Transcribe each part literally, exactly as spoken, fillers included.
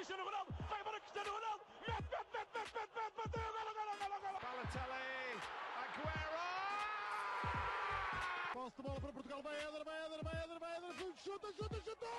Cristiano Ronaldo, vai embora Cristiano Ronaldo, mete, mete, mete, mete, mete, mete, bateu, golo, golo, golo, golo. Balotelli, Aguero! Posse de bola para Portugal, vai Éder, vai Éder, vai Éder, vai Éder, chuta, chuta, chuta!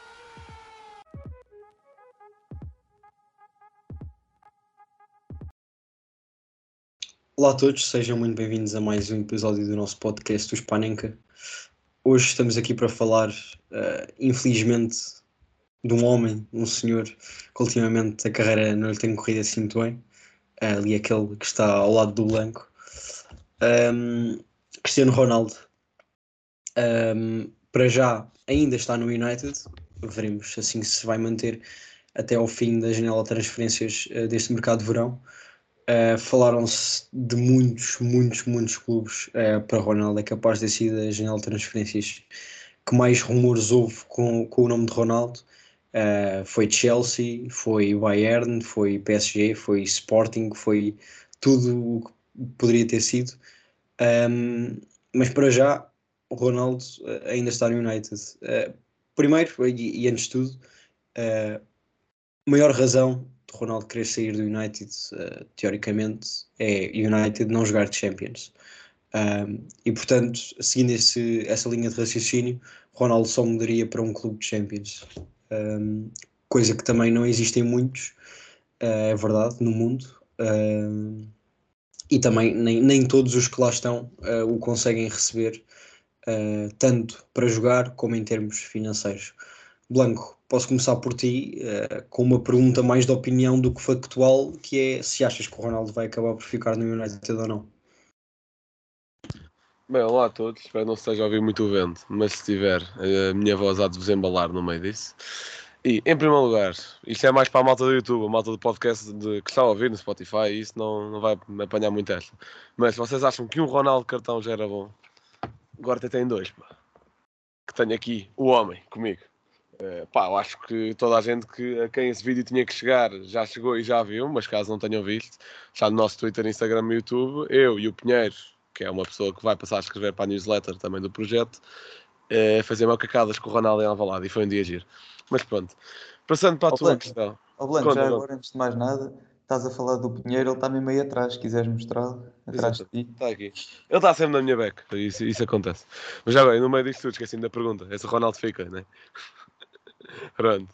Olá a todos, sejam muito bem-vindos a mais um episódio do nosso podcast, o Spanenka. Hoje estamos aqui para falar, uh, infelizmente, de um homem, um senhor, que ultimamente a carreira não lhe tem corrido assim muito bem. Uh, ali aquele que está ao lado do Blanco. Um, Cristiano Ronaldo, um, para já, ainda está no United. Veremos assim se vai manter até ao fim da janela de transferências uh, deste mercado de verão. Uh, falaram-se de muitos, muitos, muitos clubes uh, para Ronaldo. É capaz de ter sido a janela de transferências que mais rumores houve com, com o nome de Ronaldo. Uh, foi Chelsea, foi Bayern, foi P S G, foi Sporting, foi tudo o que poderia ter sido. Um, mas para já, o Ronaldo uh, ainda está no United. Uh, primeiro, e, e antes de tudo, uh, maior razão de Ronaldo querer sair do United, uh, teoricamente, é United não jogar Champions. Um, e portanto, seguindo esse, essa linha de raciocínio, Ronaldo só mudaria para um clube de Champions. Um, coisa que também não existem muitos, uh, é verdade, no mundo. Um, e também nem, nem todos os que lá estão uh, o conseguem receber, uh, tanto para jogar como em termos financeiros. Blanco, posso começar por ti, uh, com uma pergunta mais de opinião do que factual, que é se achas que o Ronaldo vai acabar por ficar no United ou não? Bem, olá a todos, espero que não se esteja a ouvir muito o vento, mas se tiver, a minha voz há de vos embalar no meio disso. E, em primeiro lugar, isto é mais para a malta do YouTube, a malta do podcast de, que está a ouvir no Spotify, isso não, não vai me apanhar muito esta. Mas se vocês acham que um Ronaldo cartão já era bom, agora até tem dois, pá. Que tenho aqui o homem comigo. Uh, pá, eu acho que toda a gente que, a quem esse vídeo tinha que chegar já chegou e já viu, mas caso não tenham visto, já no nosso Twitter, Instagram e YouTube, eu e o Pinheiro, que é uma pessoa que vai passar a escrever para a newsletter também do projeto, uh, fazer macacadas com o Ronaldo em Alvalade, e foi um dia giro. Mas pronto, passando para a Ó, tua Blanco, questão. ó, Blanco, Conta, já não. agora, antes de mais nada, estás a falar do Pinheiro, ele está mesmo aí atrás, se quiseres mostrá-lo, atrás de Exato, ti. está aqui. Ele está sempre na minha beca, isso, isso acontece. Mas já bem, no meio disto tudo, esqueci-me da pergunta. Esse Ronaldo fica, né? Pronto.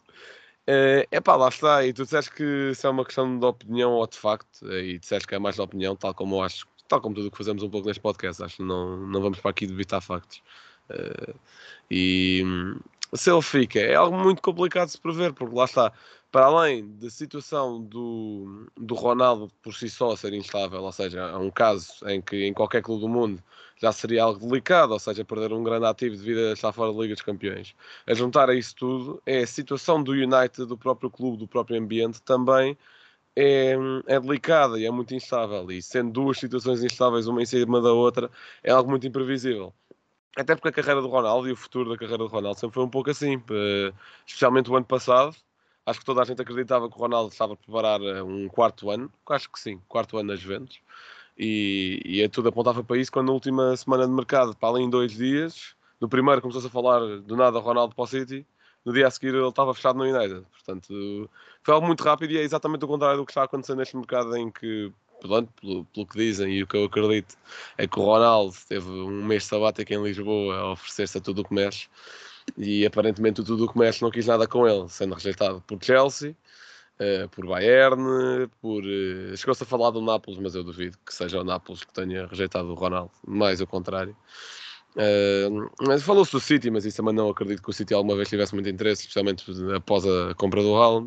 É uh, pá, lá está. E tu disseste que se é uma questão de opinião ou de facto, e disseste que é mais de opinião, tal como eu acho, tal como tudo o que fazemos um pouco neste podcast. Acho que não, não vamos para aqui debitar factos. Uh, e hum, se ele fica, é algo muito complicado de se prever, porque lá está. Para além da situação do, do Ronaldo por si só ser instável, ou seja, há um caso em que em qualquer clube do mundo já seria algo delicado, ou seja, perder um grande ativo devido a estar fora da Liga dos Campeões. A juntar a isso tudo, é a situação do United, do próprio clube, do próprio ambiente, também é, é delicada e é muito instável. E sendo duas situações instáveis, uma em cima da outra, é algo muito imprevisível. Até porque a carreira do Ronaldo e o futuro da carreira do Ronaldo sempre foi um pouco assim, especialmente o ano passado. Acho que toda a gente acreditava que o Ronaldo estava a preparar um quarto ano, acho que sim, quarto ano nas Juventus. E, e tudo apontava para isso quando na última semana de mercado, para além de dois dias, no primeiro começou-se a falar do nada Ronaldo para o City, no dia a seguir ele estava fechado no United. Portanto, foi algo muito rápido e é exatamente o contrário do que está a acontecer neste mercado em que, pelo, pelo, pelo que dizem e o que eu acredito, é que o Ronaldo teve um mês sabático em Lisboa a oferecer-se a tudo o que mexe e aparentemente o tudo o que mexe não quis nada com ele, sendo rejeitado por Chelsea, Uh, por Bayern, por... Uh, chegou-se a falar do Nápoles, mas eu duvido que seja o Nápoles que tenha rejeitado o Ronaldo, mais o contrário. Uh, mas falou-se do City, mas isso também não acredito que o City alguma vez tivesse muito interesse, especialmente após a compra do Haaland.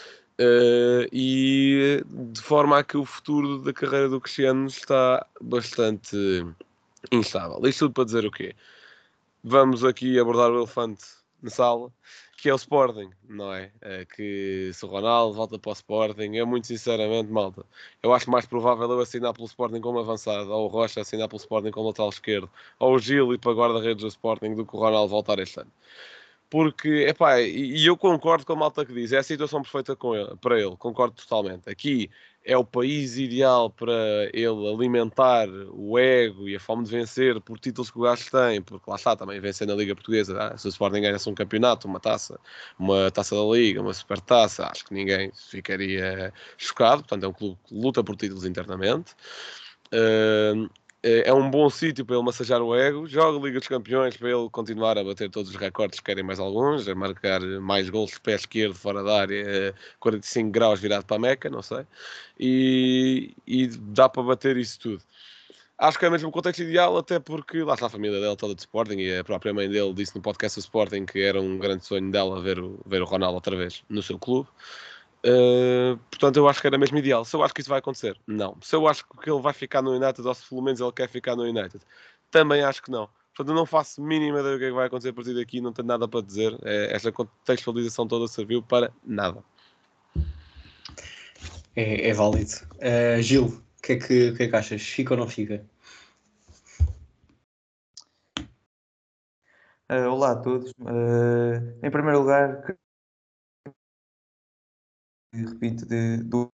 Uh, e de forma a que o futuro da carreira do Cristiano está bastante instável. Isto tudo para dizer o quê? Vamos aqui abordar o elefante na sala, que é o Sporting, não é? É que se o Ronaldo volta para o Sporting, eu muito sinceramente, malta, eu acho mais provável eu assinar pelo Sporting como avançado, ou o Rocha assinar pelo Sporting como lateral esquerdo, ou o Gil ir para guarda-redes do Sporting, do que o Ronaldo voltar este ano. Porque, epá, e, e eu concordo com a malta que diz, é a situação perfeita com ele, para ele, concordo totalmente. Aqui é o país ideal para ele alimentar o ego e a fome de vencer por títulos que o gajo tem, porque lá está, também vencer na Liga Portuguesa, ah, se o Sporting ganhasse um campeonato, uma taça, uma taça da Liga, uma supertaça, acho que ninguém ficaria chocado, portanto é um clube que luta por títulos internamente. Uh, é um bom sítio para ele massajar o ego, joga Liga dos Campeões para ele continuar a bater todos os recordes, querem mais alguns, a marcar mais gols de pé esquerdo fora da área, quarenta e cinco graus virado para a Meca, não sei, e, e dá para bater isso tudo. Acho que é mesmo o contexto ideal, até porque lá está a família dele toda de Sporting e a própria mãe dele disse no podcast do Sporting que era um grande sonho dela ver o, ver o Ronaldo outra vez no seu clube. Uh, portanto, eu acho que era mesmo ideal. Se eu acho que isso vai acontecer, não. Se eu acho que ele vai ficar no United, ou se pelo menos ele quer ficar no United, também acho que não. Portanto, eu não faço mínima ideia do que é que vai acontecer a partir daqui, não tenho nada para dizer. É, esta contextualização toda serviu para nada. É, é válido. Uh, Gil, o que, é que, que é que achas? Fica ou não fica? Uh, olá a todos. Uh, em primeiro lugar, repito, de, do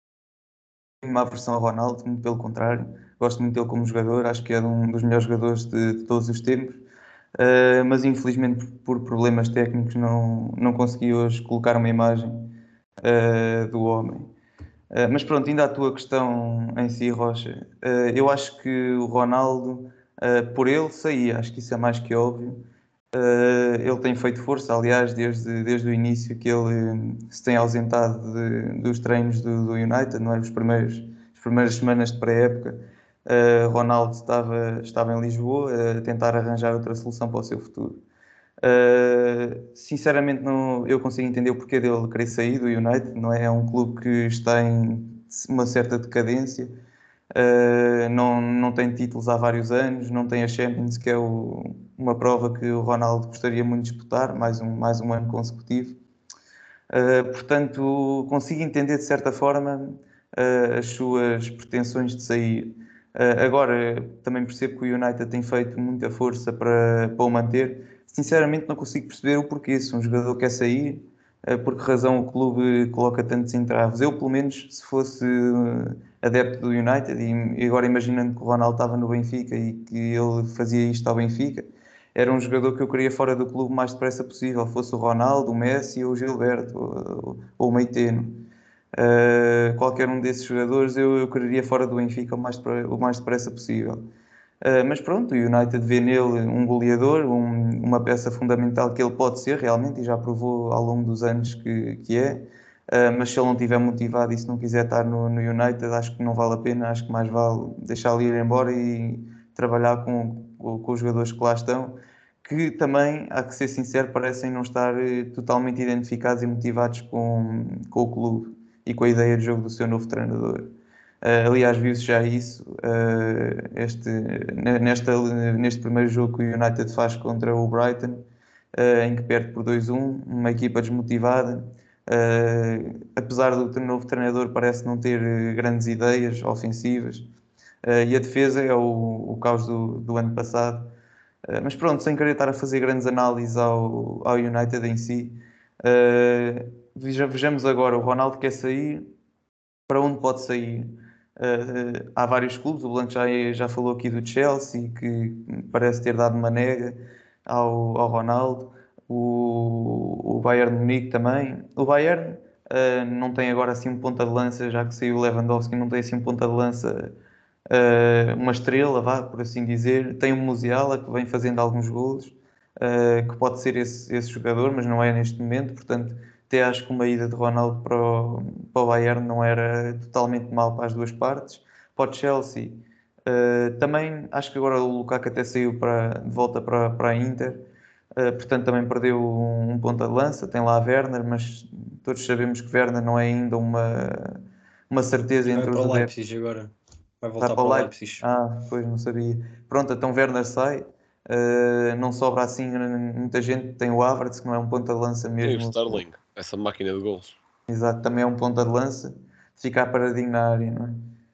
uma aversão ao Ronaldo, muito pelo contrário. Gosto muito dele como jogador, acho que é um dos melhores jogadores de, de todos os tempos. Uh, mas infelizmente por problemas técnicos não, não consegui hoje colocar uma imagem uh, do homem. Uh, mas pronto, ainda a tua questão em si, Rocha, uh, eu acho que o Ronaldo, uh, por ele, saía, acho que isso é mais que óbvio. Uh, ele tem feito força, aliás, desde, desde o início que ele se tem ausentado de, dos treinos do, do United, não é? Os primeiros, as primeiras semanas de pré-época, uh, Ronaldo estava, estava em Lisboa a tentar arranjar outra solução para o seu futuro. Uh, sinceramente, não, eu consigo entender o porquê dele querer sair do United, não é? É um clube que está em uma certa decadência. Uh, não, não tem títulos há vários anos, não tem a Champions, que é o, uma prova que o Ronaldo gostaria muito de disputar, mais um, mais um ano consecutivo. Uh, portanto, consigo entender de certa forma uh, as suas pretensões de sair. Uh, agora, também percebo que o United tem feito muita força para, para o manter. Sinceramente, não consigo perceber o porquê. Se um jogador quer sair, uh, por que razão o clube coloca tantos entraves? Eu, pelo menos, se fosse adepto do United, e agora imaginando que o Ronaldo estava no Benfica e que ele fazia isto ao Benfica, era um jogador que eu queria fora do clube o mais depressa possível, fosse o Ronaldo, o Messi ou o Gilberto, ou, ou o Meiteno. Uh, qualquer um desses jogadores eu, eu queria fora do Benfica o mais, o mais depressa possível. Uh, mas pronto, o United vê nele um goleador, um, uma peça fundamental que ele pode ser realmente, e já provou ao longo dos anos que, que é. Uh, mas se ele não estiver motivado e se não quiser estar no, no United, acho que não vale a pena, acho que mais vale deixá-lo ir embora e trabalhar com, com, com os jogadores que lá estão, que também, há que ser sincero, parecem não estar uh, totalmente identificados e motivados com, com o clube e com a ideia de jogo do seu novo treinador. Uh, aliás, viu-se já isso uh, este, nesta, neste primeiro jogo que o United faz contra o Brighton, uh, em que perde por dois a um, uma equipa desmotivada. Uh, apesar do novo treinador parece não ter grandes ideias ofensivas, uh, e a defesa é o, o caos do, do ano passado. Uh, mas pronto, sem querer estar a fazer grandes análises ao, ao United em si, uh, vejamos agora, o Ronaldo quer sair, para onde pode sair? Uh, há vários clubes, o Blanco já, já falou aqui do Chelsea, que parece ter dado uma nega ao, ao Ronaldo, o, o Bayern de Munique também. O Bayern uh, não tem agora assim um ponta de lança, já que saiu o Lewandowski, não tem assim um ponta de lança, uh, uma estrela, vá, por assim dizer. Tem o Musiala, que vem fazendo alguns golos, uh, que pode ser esse, esse jogador, mas não é neste momento, portanto até acho que uma ida de Ronaldo para o, para o Bayern não era totalmente mal para as duas partes. Para o Chelsea, uh, também acho que agora o Lukaku até saiu para, de volta para, para a Inter, uh, portanto também perdeu um, um ponta de lança. Tem lá a Werner, mas todos sabemos que Werner não é ainda uma, uma certeza E vai entre para os o adeptos. Leipzig agora. Vai Vai voltar para para o o Leipzig. Leipzig. Ah, pois não sabia. Pronto, então Werner sai. Uh, não sobra assim muita gente. Tem o Havertz, que não é um ponta de lança Tem o mesmo. Sterling, essa máquina de gols. Exato, também é um ponta de lança, de ficar paradinho na área, não é?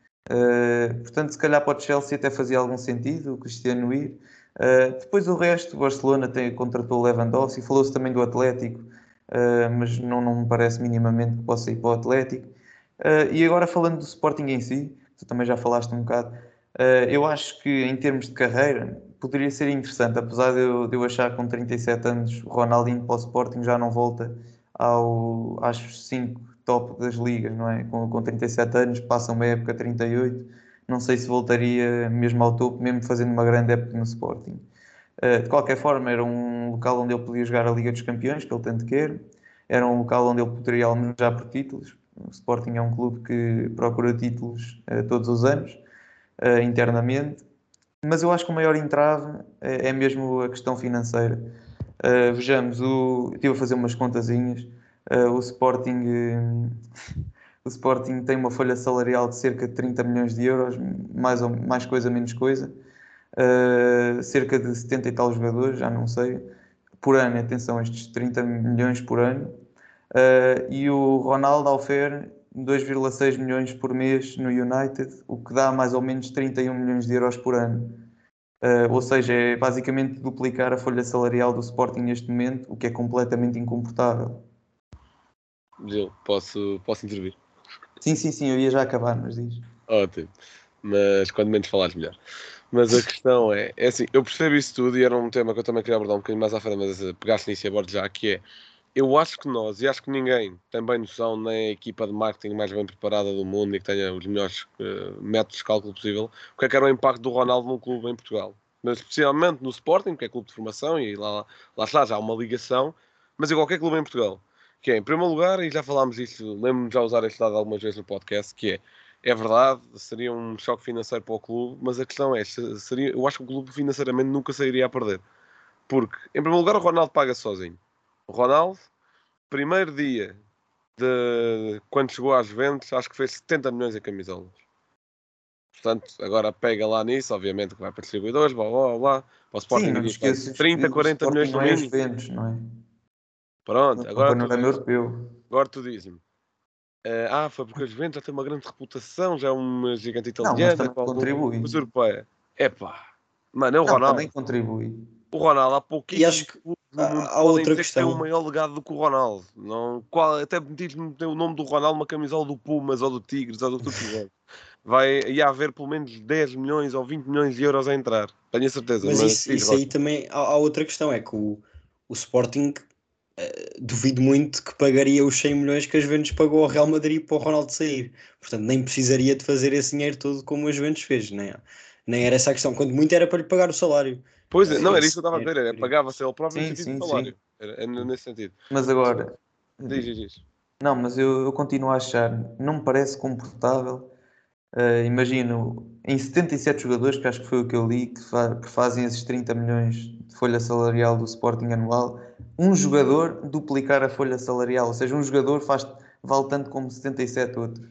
Uh, portanto, se calhar para o Chelsea até fazia algum sentido o Cristiano ir. Uh, depois o resto, o Barcelona tem, contratou o Lewandowski, falou-se também do Atlético, uh, mas não, não me parece minimamente que possa ir para o Atlético. Uh, e agora falando do Sporting em si, tu também já falaste um bocado, uh, eu acho que em termos de carreira poderia ser interessante, apesar de eu, de eu achar que com trinta e sete anos o Ronaldinho para o Sporting já não volta ao, às cinco top das ligas, não é? Com, com trinta e sete anos, passa uma época trinta e oito, não sei se voltaria mesmo ao topo, mesmo fazendo uma grande época no Sporting. Uh, de qualquer forma, era um local onde ele podia jogar a Liga dos Campeões, que ele tanto quer, era um local onde ele poderia almejar por títulos. O Sporting é um clube que procura títulos uh, todos os anos, uh, internamente, mas eu acho que o maior entrave é, é mesmo a questão financeira. Uh, vejamos, o, estive a fazer umas contazinhas, uh, o Sporting, uh, o Sporting tem uma folha salarial de cerca de trinta milhões de euros, mais, ou, mais coisa, menos coisa, uh, cerca de setenta e tal jogadores, já não sei, por ano, atenção, estes trinta milhões por ano. Uh, e o Ronaldo oferece dois vírgula seis milhões por mês no United, o que dá mais ou menos trinta e um milhões de euros por ano. Uh, ou seja, é basicamente duplicar a folha salarial do Sporting neste momento, o que é completamente incomportável. Gil, posso, posso intervir? Sim, sim, sim, eu ia já acabar, mas diz. Ótimo. Mas quando menos falares, melhor. Mas a questão é, é assim, eu percebo isso tudo e era um tema que eu também queria abordar um bocadinho mais à frente, mas pegaste nisso e abordo já, que é, eu acho que nós, e acho que ninguém tem bem noção, nem a equipa de marketing mais bem preparada do mundo e que tenha os melhores uh, métodos de cálculo possível, o que é que era o impacto do Ronaldo num clube em Portugal. Mas especialmente no Sporting, que é clube de formação, e lá, lá está, já há uma ligação, mas em qualquer clube em Portugal. Que é, em primeiro lugar, e já falámos disso, lembro-me de já usar este dado algumas vezes no podcast, que é, é verdade, seria um choque financeiro para o clube, mas a questão é, seria, eu acho que o clube financeiramente nunca sairia a perder. Porque, em primeiro lugar, o Ronaldo paga sozinho. O Ronaldo, primeiro dia de quando chegou às Juventus, acho que fez setenta milhões em camisolas. Portanto, agora pega lá nisso, obviamente que vai para distribuidores, blá blá blá. Para o Sim, Sporting não te iria para esqueças trinta, que o quarenta milhões Sporting no não é os mínimo. Juventus, não é? Pronto, É um agora tu panorama dizes, europeu. agora tu dizes-me. Uh, ah, foi porque a Juventus já tem uma grande reputação, já é uma gigante Não, mas italiana, também com alguns contribui. clubes europeia. Epá, mano, é o Não, Ronaldo. também contribui. O Ronaldo, há E pouquíssimos acho que clubes no mundo que há, há podem outra dizer que tem um questão. maior legado do que o Ronaldo. Não, qual, até metes-me o nome do Ronaldo numa camisola do Pumas ou do Tigres ou do que tu quiseres. Vai ia haver pelo menos dez milhões ou vinte milhões de euros a entrar. Tenho a certeza. Mas Mas isso, diz, isso aí Rocha. também há, há outra questão, é que o, o Sporting eh, duvido muito que pagaria os cem milhões que a Juventus pagou ao Real Madrid para o Ronaldo sair. Portanto, nem precisaria de fazer esse dinheiro todo como a Juventus fez, nem, nem era essa a questão. Quando muito era para lhe pagar o salário. Pois é, Eh, não, era isso esse que eu estava a dinheiro dizer. Era, poderia- pagava-se ele próprio no Sim, sentido de sim, salário. sim. Era, é nesse sentido. Mas Mas, agora, diz, diz, diz. não, mas eu, eu continuo a achar, não me parece confortável. Uh, imagino, em setenta e sete jogadores, que acho que foi o que eu li, que, fa que fazem esses trinta milhões de folha salarial do Sporting anual, um jogador duplicar a folha salarial, ou seja, um jogador faz, vale tanto como setenta e sete outros.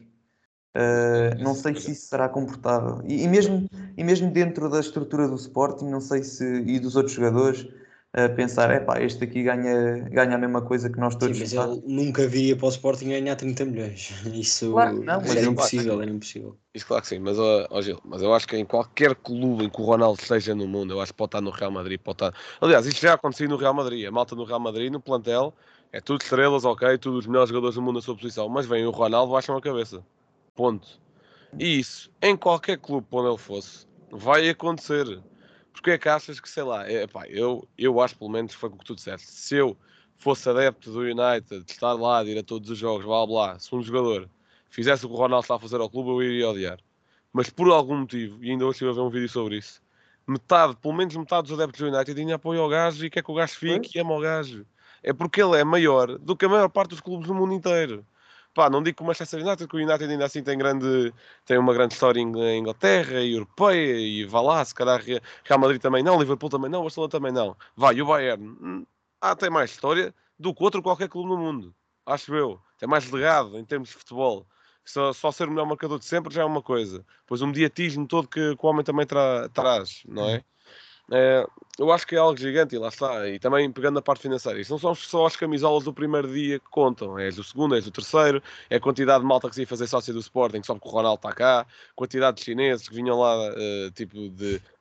Uh, não sei se isso será confortável. E, e mesmo, e mesmo dentro da estrutura do Sporting, não sei se, e dos outros jogadores, a pensar, epá, este aqui ganha, ganha a mesma coisa que nós Sim, todos mas fazemos. ele nunca viria para o Sporting ganhar trinta milhões. Claro que Isso não, mas era Isso, eu claro que impossível, sim. era impossível. Isso claro que sim, mas, ó, ó, Gil, mas eu acho que em qualquer clube em que o Ronaldo esteja no mundo, eu acho que pode estar no Real Madrid, pode estar... Aliás, isto já aconteceu no Real Madrid. A malta no Real Madrid, no plantel, é tudo estrelas, ok, todos os melhores jogadores do mundo na sua posição, mas vem o Ronaldo, baixam a cabeça. Ponto. E isso, em qualquer clube onde ele fosse, vai acontecer. Porque é que achas que, sei lá, é, pá, eu, eu acho pelo menos foi o que tu disseste. Se eu fosse adepto do United, de estar lá, de ir a todos os jogos, blá blá, se um jogador fizesse o que o Ronaldo está a fazer ao clube, eu iria odiar. Mas por algum motivo, e ainda hoje estive a ver um vídeo sobre isso, metade, pelo menos metade dos adeptos do United ainda apoia o gajo e quer que o gajo fique e ama o gajo. É porque ele é maior do que a maior parte dos clubes do mundo inteiro. Pá, não digo que o Manchester United, que o United ainda assim tem, grande, tem uma grande história em Inglaterra e europeia, e vá lá, se calhar Real Madrid também não, Liverpool também não, Barcelona também não. Vai, e o Bayern, hum, ah, tem mais história do que outro qualquer clube no mundo. Acho eu. Tem mais legado em termos de futebol. Só, só ser o melhor marcador de sempre já é uma coisa. Pois um mediatismo todo que, que o homem também tra traz, não é? É, eu acho que é algo gigante e lá está. E também pegando a parte financeira. Isto não são só as camisolas do primeiro dia que contam. És do segundo, és do terceiro. É a quantidade de malta que se ia fazer sócio do Sporting, só porque o Ronaldo está cá. Quantidade de chineses que vinham lá, uh, tipo, de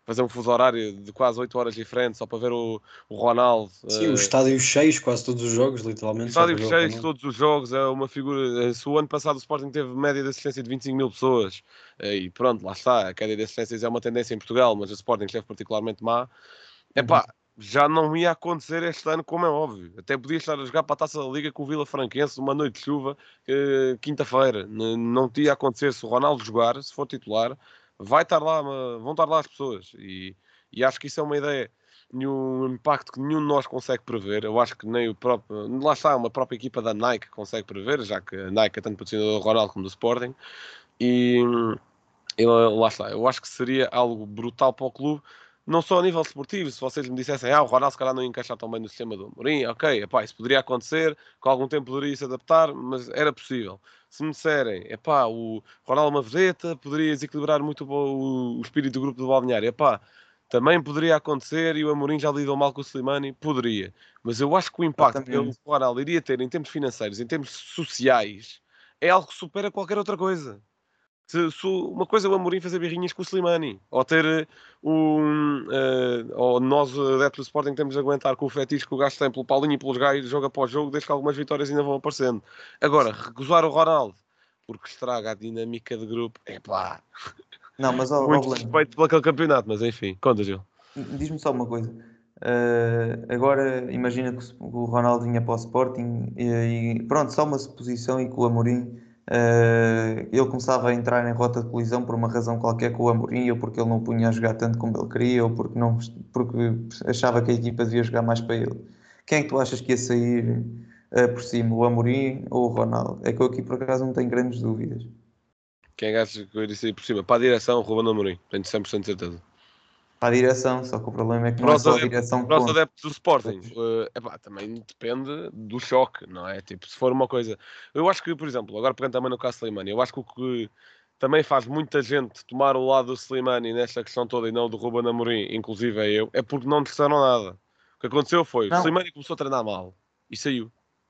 fazer um fuso horário de quase oito horas diferentes só para ver o, o Ronaldo. Sim, uh, os estádios cheios, quase todos os jogos, literalmente, só para Estádios ver o cheios, Ronaldo. todos os jogos, é uma figura. Se o ano passado o Sporting teve média de assistência de vinte e cinco mil pessoas, e pronto, lá está, a queda de assistências é uma tendência em Portugal, mas o Sporting esteve particularmente má, epá, já não ia acontecer este ano, como é óbvio. Até podia estar a jogar para a Taça da Liga com o Vila Franquense, uma noite de chuva, eh, quinta-feira. N- Não tinha acontecer se o Ronaldo jogar, se for titular, vai estar lá, ma- vão estar lá as pessoas. E, e acho que isso é uma ideia e um impacto que nenhum de nós consegue prever. Eu acho que nem o próprio. Lá está, uma própria equipa da Nike consegue prever, já que a Nike é tanto patrocinador do Ronaldo como do Sporting. E, e lá lá está, eu acho que seria algo brutal para o clube, não só a nível esportivo. Se vocês me dissessem, ah, o Ronaldo se calhar não ia encaixar tão bem no sistema do Amorim, ok, epá, isso poderia acontecer, com algum tempo poderia se adaptar, mas era possível. Se me disserem, epá, o Ronaldo é uma vedeta, poderia desequilibrar muito o, o espírito do grupo do balneário, epá, também poderia acontecer e o Amorim já lidou mal com o Slimani, poderia. Mas eu acho que o impacto que o Exatamente. Ronaldo iria ter em termos financeiros, em termos sociais, é algo que supera qualquer outra coisa. Se, se uma coisa é o Amorim fazer birrinhas com o Slimani, ou ter eh, um. eh, ou nós, adeptos do Sporting, temos de aguentar com o fetiche que o gajo tem pelo Paulinho e pelos gajos, jogo após jogo, desde que algumas vitórias ainda vão aparecendo. Agora, recusar o Ronaldo porque estraga a dinâmica de grupo, é pá. Não, mas ó, ó, Muito Blanco, respeito por aquele campeonato, mas enfim, conta, Gil. diz-me só uma coisa. Eh, agora imagina que o Sp- o Ronaldo vinha para o Sporting e, e pronto, só uma suposição e que o Amorim eh, ele começava a entrar em rota de colisão por uma razão qualquer com o Amorim, ou porque ele não o punha a jogar tanto como ele queria, ou porque, não, porque achava que a equipa devia jogar mais para ele. Quem é que tu achas que ia sair eh, por cima, o Amorim ou o Ronaldo? É que eu aqui por acaso não tenho grandes dúvidas. Quem acha que eu iria sair por cima? Para a direção, Ruben Amorim, tenho cem por cento de certeza. Para a direção, só que o problema é que não Para é os só a adeptos, direção que para os conta. adeptos do Sporting, eh, epá, também depende do choque, não é? Tipo, se for uma coisa. Eu acho que, por exemplo, agora pegando também no caso Slimani, eu acho que o que também faz muita gente tomar o lado do Slimani nesta questão toda e não do Ruben Amorim, inclusive é eu, é porque não lhe disseram nada. O que aconteceu foi, o Não, Slimani começou a treinar mal e saiu.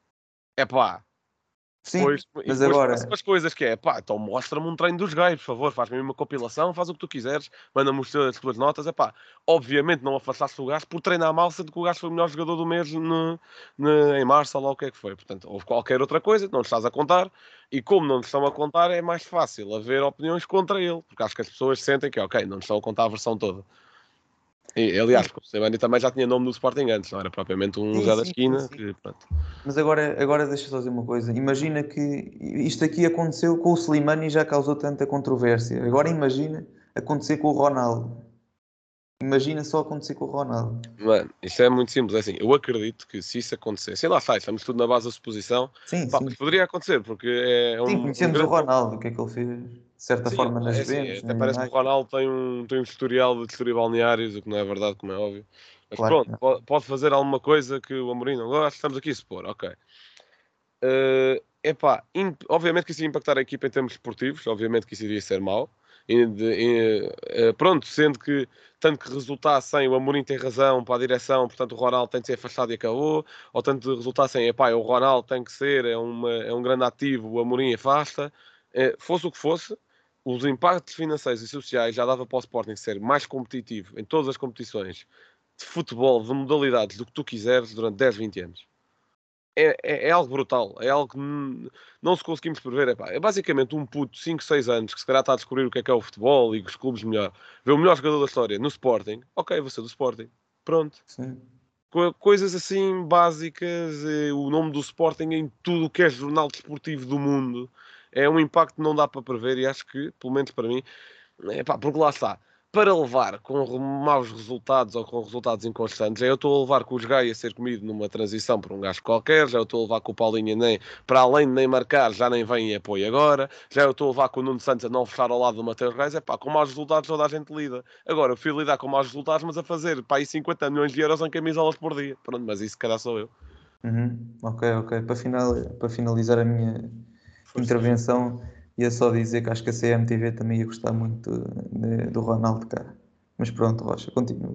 Epá, sim, depois, e mas depois começam agora, as coisas que é, pá, então mostra-me um treino dos gajos, por favor, faz-me uma compilação, faz o que tu quiseres, manda-me os teus- as tuas notas, é pá, obviamente não afastaste o gajo por treinar mal, sendo que o gajo foi o melhor jogador do mês no, no- em março, ou lá o que é que foi. Portanto, houve qualquer outra coisa, não lhe estás a contar, e como não lhe estão a contar, é mais fácil haver opiniões contra ele, porque acho que as pessoas sentem que, ok, não lhe estão a contar a versão toda. E, aliás, sim, porque o Slimani também já tinha nome no Sporting antes, não era propriamente um sim, Zé da sim, sim, Esquina, sim. que, pronto. Mas agora, agora deixa eu só dizer uma coisa. Imagina que isto aqui aconteceu com o Slimani e já causou tanta controvérsia. Agora imagina acontecer com o Ronaldo. Imagina só acontecer com o Ronaldo. Mano, isso é muito simples. É assim, eu acredito que se isso acontecer, sei lá, sai, estamos tudo na base da suposição, Sim, pá, sim. mas poderia acontecer, porque é Sim, um, um conhecemos o grande nome. Ronaldo, o que é que ele fez, de certa Sim, forma, pá, na é assim, Juventus, até no parece que o United. Ronaldo tem um, tem um historial de destruir balneários, o que não é verdade, como é óbvio. Mas Claro que pronto, não. po- pode fazer alguma coisa que o Amorim não gosta, estamos aqui a supor, ok. É epá, im- obviamente que isso ia impactar a equipa em termos esportivos, obviamente que isso iria ser mau. E de- e, eh, pronto, sendo que tanto que resultassem o Amorim tem razão para a direção, portanto o Ronaldo tem de ser afastado e acabou, ou tanto de resultassem, epá, o Ronaldo tem que ser, é, uma, é um grande ativo, o Amorim afasta, Eh, fosse o que fosse, os impactos financeiros e sociais já dava para o Sporting ser mais competitivo em todas as competições de futebol, de modalidades, do que tu quiseres durante dez, vinte anos. É, é, é algo brutal, é algo que n- não se conseguimos prever. É, pá, é basicamente um puto de cinco, seis anos que se calhar está a descobrir o que é que é o futebol e os clubes melhor. Vê o melhor jogador da história no Sporting, ok, vou ser do Sporting. Pronto. Sim. Co- Coisas assim básicas, eh, o nome do Sporting em tudo o que é jornal desportivo do mundo. É um impacto que não dá para prever e acho que, pelo menos para mim, é pá, porque lá está. Para levar com re- maus resultados ou com resultados inconstantes, já eu estou a levar com os Gaia a ser comido numa transição por um gajo qualquer, já eu estou a levar com o Paulinho nem, para além de nem marcar, já nem vem em apoio agora, já eu estou a levar com o Nuno Santos a não fechar ao lado do Mateus Reis, é pá, com maus resultados toda a gente lida. Agora, eu fui lidar com maus resultados, mas a fazer pá, aí cinquenta milhões de euros em camisolas por dia. Pronto, mas isso, se calhar, sou eu. Uhum. Ok, ok. Para final, para finalizar a minha Força, Gil. intervenção, ia só dizer que acho que a C M T V também ia gostar muito de- do Ronaldo cá. Mas pronto, Rocha, continua.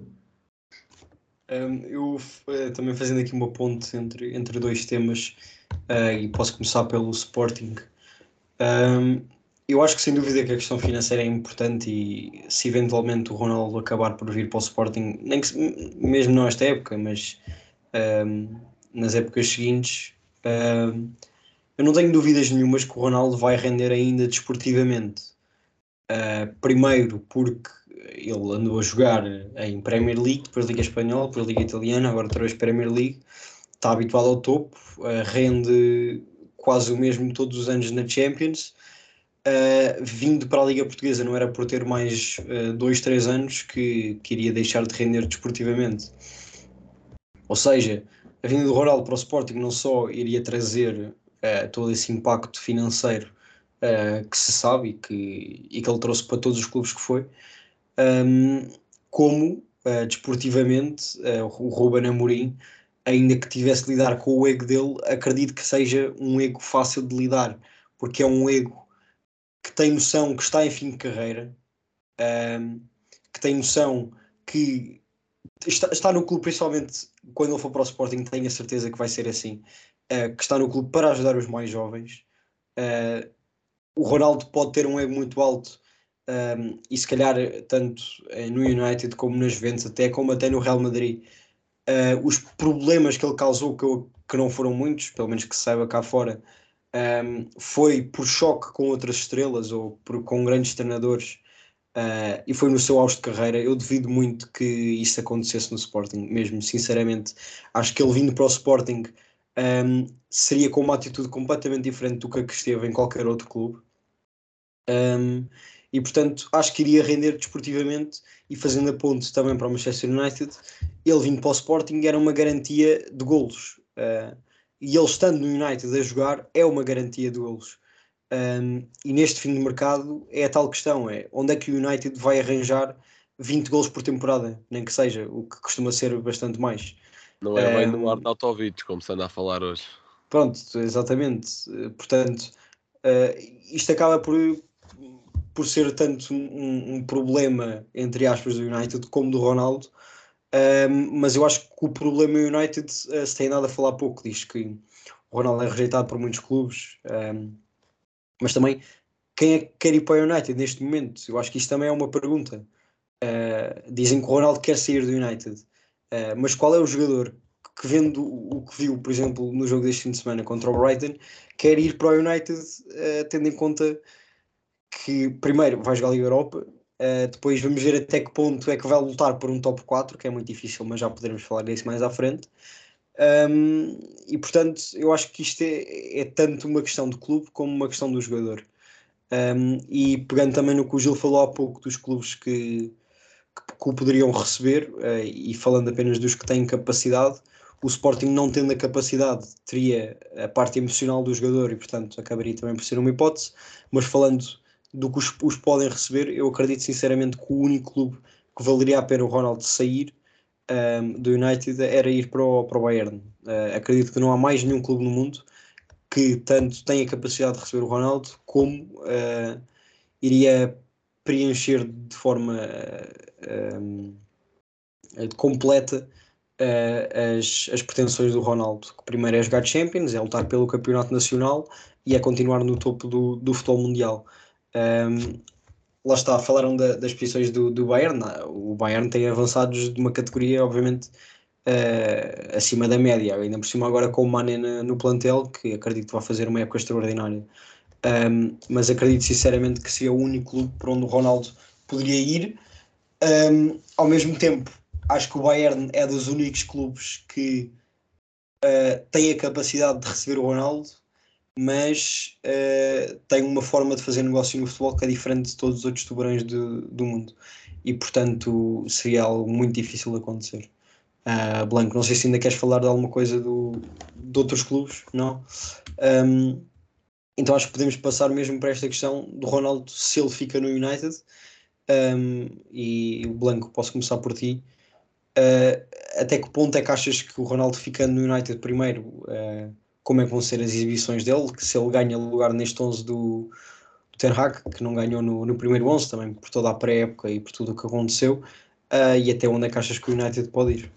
Um, eu eh, também fazendo aqui uma ponte entre, entre dois temas, eh, e posso começar pelo Sporting. Um, eu acho que sem dúvida que a questão financeira é importante e se eventualmente o Ronaldo acabar por vir para o Sporting, nem que se- mesmo não esta época, mas ahm, nas épocas seguintes, ahm, eu não tenho dúvidas nenhumas que o Ronaldo vai render ainda desportivamente. Ah, primeiro porque ele andou a jogar em Premier League, depois Liga Espanhola, depois Liga Italiana, agora outra vez Premier League, está habituado ao topo, ah, rende quase o mesmo todos os anos na Champions. Uh, vindo para a Liga Portuguesa não era por ter mais uh, dois, três anos que, que iria deixar de render desportivamente. Ou seja, a vinda do Ronaldo para o Sporting não só iria trazer uh, todo esse impacto financeiro uh, que se sabe e que, e que ele trouxe para todos os clubes que foi, um, como uh, desportivamente uh, o Ruben Amorim, ainda que tivesse de lidar com o ego dele, acredito que seja um ego fácil de lidar, porque é um ego que tem noção que está em fim de carreira, um, que tem noção que está, está no clube, principalmente quando ele for para o Sporting, tenho a certeza que vai ser assim, uh, que está no clube para ajudar os mais jovens. Uh, o Ronaldo pode ter um ego muito alto, um, e se calhar tanto uh, no United como nas Juventus, até como até no Real Madrid, uh, os problemas que ele causou, que, eu, que não foram muitos, pelo menos que se saiba cá fora, um, foi por choque com outras estrelas ou por, com grandes treinadores, uh, e foi no seu auge de carreira. Eu duvido muito que isso acontecesse no Sporting, mesmo sinceramente. Acho que ele vindo para o Sporting um, seria com uma atitude completamente diferente do que a que esteve em qualquer outro clube. Um, e portanto acho que iria render desportivamente, e fazendo a ponte também para o Manchester United, ele vindo para o Sporting era uma garantia de golos, uh, e ele estando no United a jogar é uma garantia de golos. Um, e neste fim de mercado é a tal questão, é onde é que o United vai arranjar vinte golos por temporada, nem que seja, o que costuma ser bastante mais. Não é bem no Um, Arnautovic, como se anda a falar hoje. Pronto, exatamente. Uh, portanto, uh, isto acaba por, por ser tanto um, um problema, entre aspas, do United como do Ronaldo. Um, mas eu acho que o problema do United, uh, se tem nada a falar pouco, diz que o Ronaldo é rejeitado por muitos clubes, um, mas também quem é que quer ir para o United neste momento? Eu acho que isso também é uma pergunta. Uh, dizem que o Ronaldo quer sair do United, uh, mas qual é o jogador que, vendo o que viu, por exemplo, no jogo deste fim de semana contra o Brighton, quer ir para o United, uh, tendo em conta que primeiro vai jogar a Liga Europa, uh, depois vamos ver até que ponto é que vai lutar por um top quatro, que é muito difícil, mas já poderemos falar disso mais à frente. Um, e portanto, eu acho que isto é, é tanto uma questão de clube como uma questão do jogador. Um, e pegando também no que o Gil falou há pouco dos clubes que, que, que o poderiam receber, uh, e falando apenas dos que têm capacidade, o Sporting, não tendo a capacidade, teria a parte emocional do jogador e portanto acabaria também por ser uma hipótese. Mas falando do que os, os podem receber, eu acredito sinceramente que o único clube que valeria a pena o Ronaldo sair um, do United era ir para o, para o Bayern. Uh, acredito que não há mais nenhum clube no mundo que tanto tem a capacidade de receber o Ronaldo como uh, iria preencher de forma uh, um, completa uh, as, as pretensões do Ronaldo, que primeiro é jogar Champions, é lutar pelo campeonato nacional e é continuar no topo do, do futebol mundial. Um, lá está, falaram da, das posições do, do Bayern. O Bayern tem avançados de uma categoria, obviamente, uh, acima da média, ainda por cima agora com o Mané no, no plantel, que acredito que vai fazer uma época extraordinária. Um, mas acredito sinceramente que seria o único clube por onde o Ronaldo poderia ir. Um, ao mesmo tempo, acho que o Bayern é dos únicos clubes que uh, tem a capacidade de receber o Ronaldo, mas uh, tem uma forma de fazer negócio no futebol que é diferente de todos os outros tubarões do, do mundo, e portanto seria algo muito difícil de acontecer. Uh, Blanco, não sei se ainda queres falar de alguma coisa do, de outros clubes, não? Um, então acho que podemos passar mesmo para esta questão do Ronaldo, se ele fica no United. Um, e o Blanco, posso começar por ti. Uh, até que ponto é que achas que o Ronaldo ficando no United primeiro, uh, como é que vão ser as exibições dele, que se ele ganha lugar neste onze do, do Ten Hag, que não ganhou no, no primeiro onze, também por toda a pré-época e por tudo o que aconteceu, uh, e até onde é que achas que o United pode ir?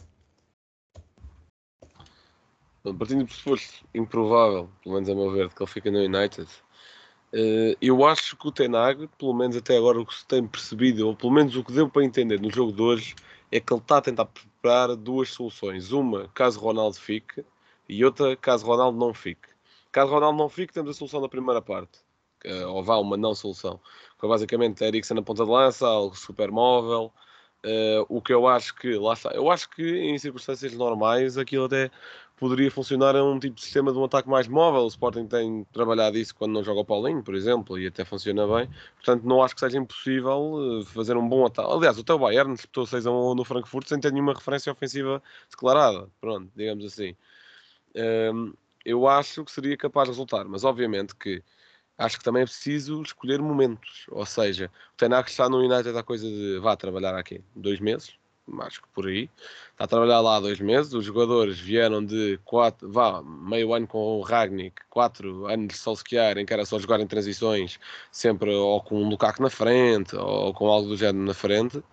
Partindo do pressuposto improvável, pelo menos a meu ver, que ele fica no United, Uh, eu acho que o Ten Hag, pelo menos até agora o que se tem percebido, ou pelo menos o que deu para entender no jogo de hoje, é que ele está a tentar preparar duas soluções. Uma, caso Ronaldo fique, e outra, caso Ronaldo não fique. Caso Ronaldo não fique, temos a solução da primeira parte. Uh, ou vá, uma não solução. Que é basicamente Eriksen na ponta de lança, algo super móvel. Uh, o que eu acho que, lá está, eu acho que em circunstâncias normais aquilo até poderia funcionar a um tipo de sistema de um ataque mais móvel. O Sporting tem trabalhado isso quando não joga o Paulinho, por exemplo, e até funciona bem. Portanto, não acho que seja impossível uh, fazer um bom ataque. Aliás, o teu Bayern disputou seis a um no Frankfurt sem ter nenhuma referência ofensiva declarada. Pronto, digamos assim. Um, eu acho que seria capaz de resultar, mas obviamente que acho que também é preciso escolher momentos. Ou seja, o Ten Hag está no United há coisa de, vá trabalhar aqui, dois meses, acho que por aí. Está a trabalhar lá há dois meses. Os jogadores vieram de quatro, vá, meio ano com o Rangnick, quatro anos de Solskjaer, em que era só jogar em transições, sempre ou com um Lukaku na frente, ou com algo do género na frente.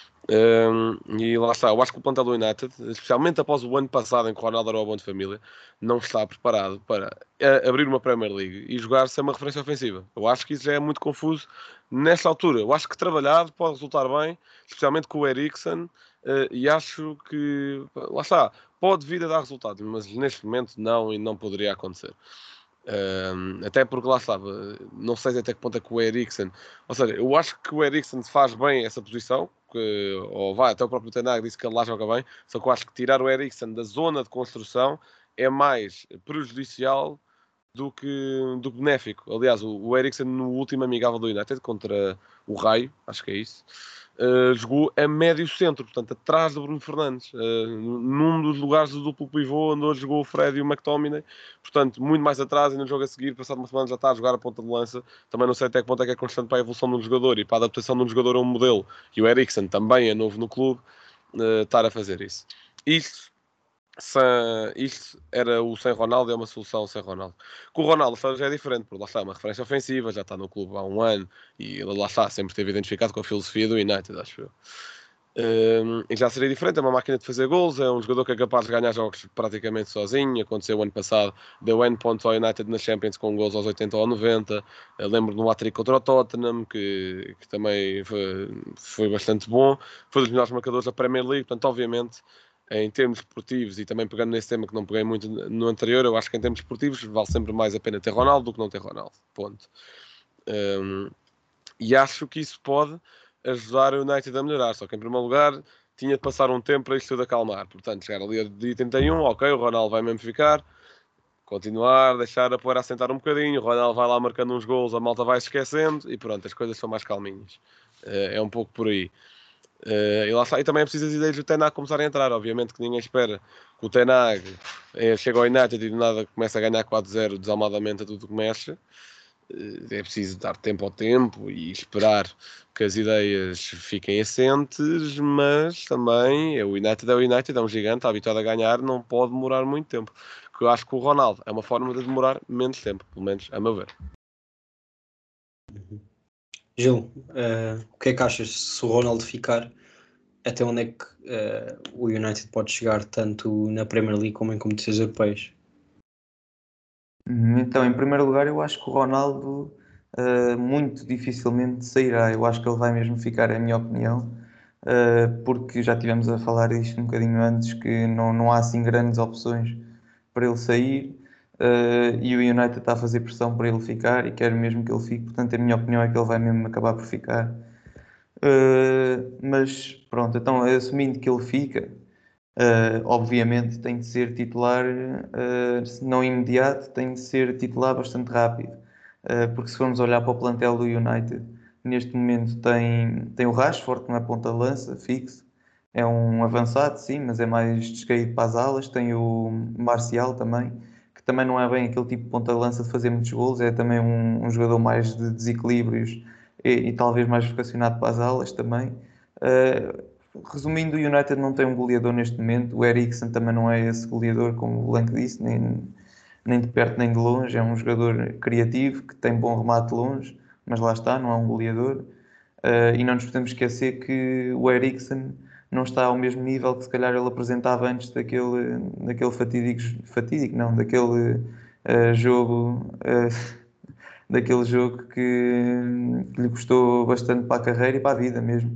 Um, e lá está, eu acho que o plantel do United, especialmente após o ano passado em que o Ronaldo era o bom de família, não está preparado para uh, abrir uma Premier League e jogar sem uma referência ofensiva. Eu acho que isso já é muito confuso nesta altura. Eu acho que trabalhado pode resultar bem, especialmente com o Eriksen, uh, e acho que, lá está, pode vir a dar resultados, mas neste momento não, e não poderia acontecer. Um, até porque lá estava, não sei até que ponto é que o Eriksen, ou seja, eu acho que o Eriksen faz bem essa posição, que, ou vai, até o próprio Ten Hag disse que ele lá joga bem, só que eu acho que tirar o Eriksen da zona de construção é mais prejudicial do que, do que benéfico. Aliás, o, o Eriksen no último amigável do United contra o Raio, acho que é isso, uh, jogou a médio centro, portanto atrás do Bruno Fernandes, uh, num dos lugares do duplo pivô onde hoje jogou o Fred e o McTominay, portanto muito mais atrás, e no jogo a seguir, passado uma semana já está a jogar a ponta de lança. Também não sei até que ponto é que é constante para a evolução de um jogador e para a adaptação de um jogador a um modelo, e o Eriksen também é novo no clube, uh, estar a fazer isso. Isto Sem, isto era o sem Ronaldo, é uma solução sem Ronaldo. Com o Ronaldo já é diferente, porque lá está, uma referência ofensiva, já está no clube há um ano e ele lá está, sempre esteve identificado com a filosofia do United, acho eu. Um, e já seria diferente, é uma máquina de fazer gols, é um jogador que é capaz de ganhar jogos praticamente sozinho. Aconteceu o ano passado, deu N pontos ao United na Champions com gols aos oitenta ou noventa. Eu lembro de um hat-trick contra o Tottenham, que, que também foi, foi bastante bom. Foi dos melhores marcadores da Premier League, portanto, obviamente, em termos esportivos, e também pegando nesse tema que não peguei muito no anterior, eu acho que em termos esportivos vale sempre mais a pena ter Ronaldo do que não ter Ronaldo. Ponto. Um, e acho que isso pode ajudar o United a melhorar, só que em primeiro lugar tinha de passar um tempo para isto tudo acalmar. Portanto, chegar ali a dia trinta e um, ok, o Ronaldo vai mesmo ficar, continuar, deixar a poeira assentar um bocadinho, o Ronaldo vai lá marcando uns gols, a malta vai se esquecendo e pronto, as coisas são mais calminhas. Uh, é um pouco por aí. Uh, e lá está, e também é preciso as ideias do Ten Hag começarem a entrar. Obviamente que ninguém espera que o Ten Hag eh, chegue ao United e do nada começa a ganhar quatro zero desalmadamente a tudo que mexe. Uh, é preciso dar tempo ao tempo e esperar que as ideias fiquem assentes, mas também é o United, é o United, é um gigante, habituado a ganhar, não pode demorar muito tempo. Que eu acho que o Ronaldo é uma forma de demorar menos tempo, pelo menos a meu ver. Gil, uh, o que é que achas se o Ronaldo ficar? Até onde é que uh, o United pode chegar tanto na Premier League como em competições europeias? Então, em primeiro lugar, eu acho que o Ronaldo uh, muito dificilmente sairá. Eu acho que ele vai mesmo ficar, é a minha opinião, uh, porque já tivemos a falar disto um bocadinho antes, que não, não há assim grandes opções para ele sair, uh, e o United está a fazer pressão para ele ficar e quer mesmo que ele fique. Portanto, a minha opinião é que ele vai mesmo acabar por ficar. Uh, mas pronto, então assumindo que ele fica, uh, obviamente tem de ser titular, uh, se não imediato, tem de ser titular bastante rápido, uh, porque se formos olhar para o plantel do United, neste momento tem, tem o Rashford, que não é ponta de lança, fixo, é um avançado, sim, mas é mais descaído para as alas. Tem o Marcial também, que também não é bem aquele tipo de ponta de lança de fazer muitos golos, é também um, um jogador mais de desequilíbrios e, e talvez mais vocacionado para as alas também. Uh, resumindo, o United não tem um goleador neste momento. O Eriksen também não é esse goleador, como o Blanco disse, nem, nem de perto nem de longe. É um jogador criativo que tem bom remate de longe, mas lá está, não é um goleador. Uh, e não nos podemos esquecer que o Eriksen não está ao mesmo nível que se calhar ele apresentava antes daquele, daquele fatídico, fatídico não, daquele uh, jogo uh, daquele jogo que, que lhe custou bastante para a carreira e para a vida mesmo.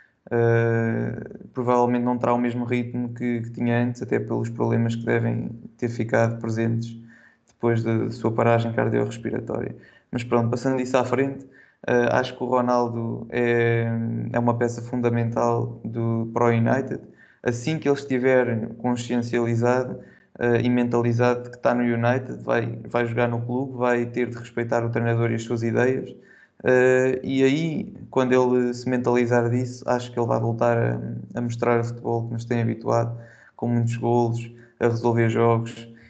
Uh, provavelmente não terá o mesmo ritmo que, que tinha antes, até pelos problemas que devem ter ficado presentes depois da sua paragem cardiorrespiratória. Mas pronto, passando isso à frente, uh, acho que o Ronaldo é, é uma peça fundamental do, para o United. Assim que ele estiver consciencializado uh, e mentalizado que está no United, vai, vai jogar no clube, vai ter de respeitar o treinador e as suas ideias. Uh, e aí, quando ele se mentalizar disso, acho que ele vai voltar a, a mostrar o futebol que nos tem habituado, com muitos golos, a resolver jogos.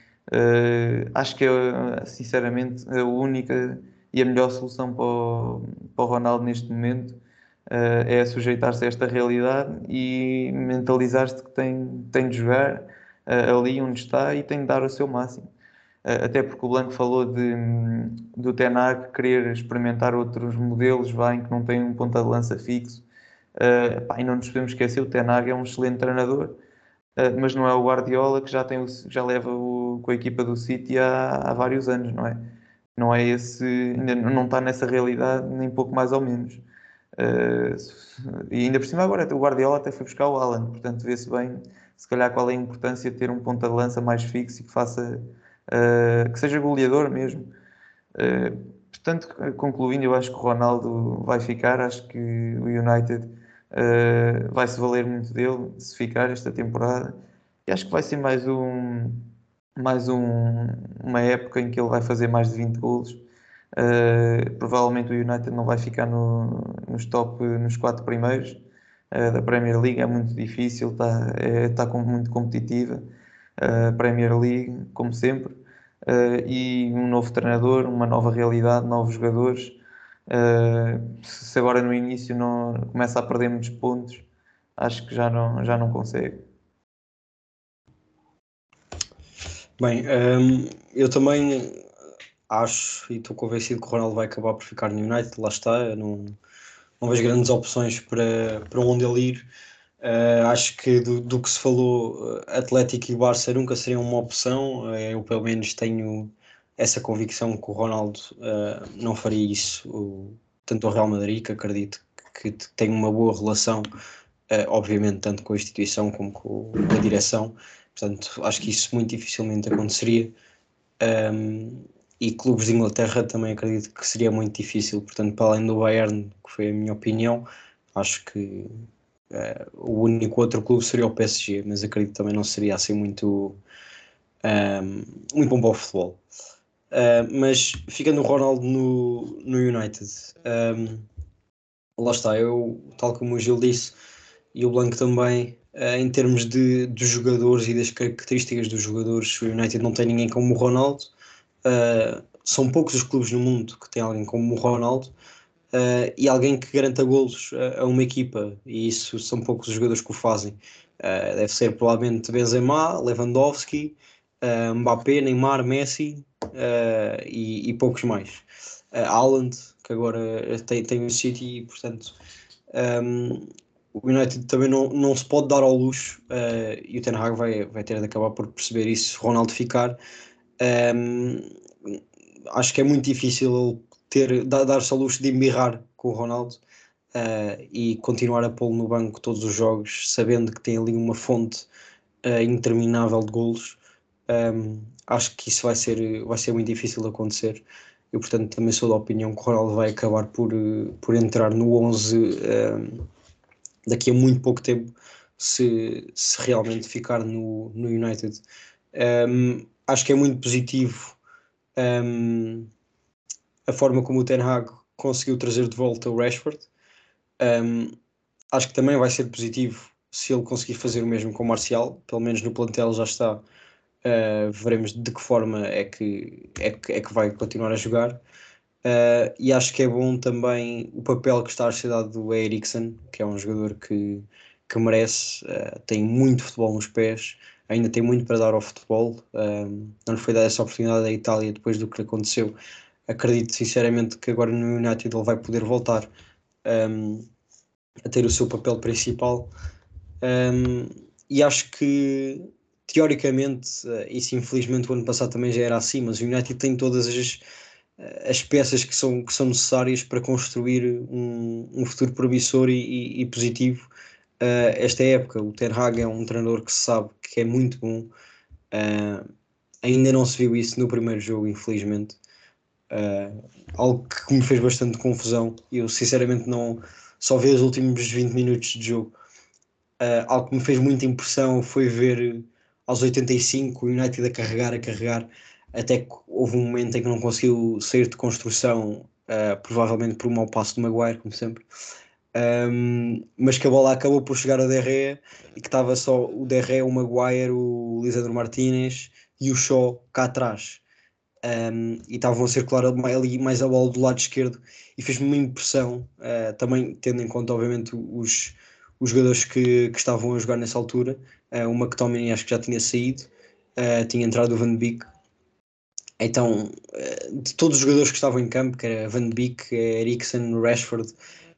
Uh, acho que é, sinceramente, a única e a melhor solução para o, para o Ronaldo neste momento uh, é sujeitar-se a esta realidade e mentalizar-se que tem, tem de jogar uh, ali onde está e tem de dar o seu máximo. Até porque o Blanco falou de, do Ten Hag querer experimentar outros modelos, vá, em que não tem um ponta de lança fixo. Uh, pá, e não nos podemos esquecer, o Ten Hag é um excelente treinador, uh, mas não é o Guardiola que já, tem o, já leva o, com a equipa do City há, há vários anos, não é? Não é esse, ainda não está nessa realidade, nem pouco mais ou menos. Uh, e ainda por cima agora o Guardiola até foi buscar o Haaland, portanto vê-se bem, se calhar, qual é a importância de ter um ponta de lança mais fixo e que faça... Uh, que seja goleador mesmo. Uh, portanto, concluindo, eu acho que o Ronaldo vai ficar, acho que o United uh, vai se valer muito dele se ficar esta temporada, e acho que vai ser mais um mais um, uma época em que ele vai fazer mais de vinte golos. Uh, provavelmente o United não vai ficar no, nos top, nos quatro primeiros uh, da Premier League, é muito difícil, está é, tá muito competitiva a uh, Premier League, como sempre, uh, e um novo treinador, uma nova realidade, novos jogadores. Uh, se agora no início não começa a perder muitos pontos, acho que já não, já não consegue. Bem, um, eu também acho e estou convencido que o Ronaldo vai acabar por ficar no United, lá está, eu não, não vejo grandes opções para, para onde ele ir. Uh, acho que do, do que se falou, Atlético e Barça nunca seriam uma opção. Uh, eu pelo menos tenho essa convicção que o Ronaldo uh, não faria isso. O, tanto o Real Madrid, que acredito que, que tem uma boa relação, uh, obviamente, tanto com a instituição como com, com a direção. Portanto, acho que isso muito dificilmente aconteceria. Um, e clubes de Inglaterra também acredito que seria muito difícil. Portanto, para além do Bayern, que foi a minha opinião, acho que Uh, o único outro clube seria o P S G, mas acredito que também não seria assim muito, um, muito bom para o futebol. Uh, mas ficando o Ronaldo no, no United, um, lá está, eu, tal como o Gil disse, e o Blanco também, uh, em termos de, de jogadores e das características dos jogadores, o United não tem ninguém como o Ronaldo. Uh, são poucos os clubes no mundo que têm alguém como o Ronaldo. Uh, e alguém que garanta golos a, a uma equipa, e isso são poucos os jogadores que o fazem. Uh, deve ser provavelmente Benzema, Lewandowski, uh, Mbappé, Neymar, Messi uh, e, e poucos mais. Uh, Haaland, que agora tem, tem o City, e portanto um, o United também não, não se pode dar ao luxo, uh, e o Ten Hag vai, vai ter de acabar por perceber isso se Ronaldo ficar. Um, acho que é muito difícil ele ter, dar-se ao luxo de embirrar com o Ronaldo uh, e continuar a pô-lo no banco todos os jogos, sabendo que tem ali uma fonte uh, interminável de golos. Um, acho que isso vai ser, vai ser muito difícil de acontecer. Eu, portanto, também sou da opinião que o Ronaldo vai acabar por, por entrar no onze um, daqui a muito pouco tempo, se, se realmente ficar no, no United. Um, acho que é muito positivo um, a forma como o Ten Hag conseguiu trazer de volta o Rashford. Um, acho que também vai ser positivo se ele conseguir fazer o mesmo com o Martial, pelo menos no plantel já está. Uh, veremos de que forma é que, é que, é que vai continuar a jogar. Uh, e acho que é bom também o papel que está a ser dado do Eriksen, que é um jogador que, que merece, uh, tem muito futebol nos pés, ainda tem muito para dar ao futebol. Uh, não lhe foi dada essa oportunidade à Itália depois do que aconteceu. Acredito sinceramente que agora no United ele vai poder voltar um, a ter o seu papel principal. Um, e acho que teoricamente, uh, isso infelizmente o ano passado também já era assim, mas o United tem todas as as peças que são, que são necessárias para construir um, um futuro promissor e, e, e positivo. Uh, esta época, o Ten Hag é um treinador que se sabe que é muito bom. Uh, ainda não se viu isso no primeiro jogo, infelizmente. Uh, algo que me fez bastante confusão. Eu sinceramente não só vi os últimos vinte minutos de jogo. Uh, algo que me fez muita impressão foi ver aos oitenta e cinco o United a carregar, a carregar, até que houve um momento em que não conseguiu sair de construção, uh, provavelmente por um mau passo do Maguire, como sempre. Um, mas que a bola acabou por chegar ao Derré e que estava só o Derré, o Maguire, o Lisandro Martínez e o Shaw cá atrás. Um, e estavam a circular ali mais a bola do lado esquerdo e fez-me uma impressão, uh, também tendo em conta obviamente os, os jogadores que, que estavam a jogar nessa altura. Uh, o McTominay acho que já tinha saído, uh, tinha entrado o Van de Beek. Então, uh, de todos os jogadores que estavam em campo, que era Van de Beek, Eriksen, Rashford,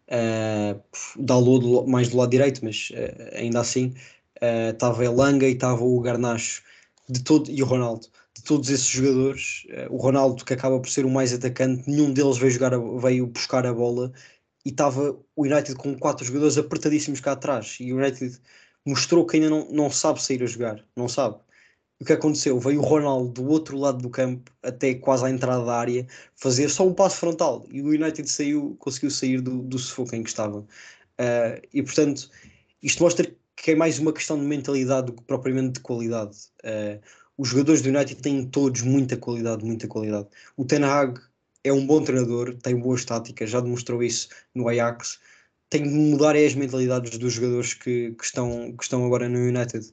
uh, Dalot mais do lado direito, mas uh, ainda assim estava uh, Elanga e estava o Garnacho de todo, e o Ronaldo. De todos esses jogadores, uh, o Ronaldo, que acaba por ser o mais atacante, nenhum deles veio, jogar a, veio buscar a bola, e estava o United com quatro jogadores apertadíssimos cá atrás, e o United mostrou que ainda não, não sabe sair a jogar, não sabe. E o que aconteceu? Veio o Ronaldo do outro lado do campo, até quase à entrada da área, fazer só um passo frontal, e o United saiu, conseguiu sair do, do sufoco em que estava. Uh, e portanto, isto mostra que é mais uma questão de mentalidade do que propriamente de qualidade. Uh, os jogadores do United têm todos muita qualidade, muita qualidade. O Ten Hag é um bom treinador, tem boas táticas, já demonstrou isso no Ajax. Tem de mudar é as mentalidades dos jogadores que, que, estão, que estão agora no United.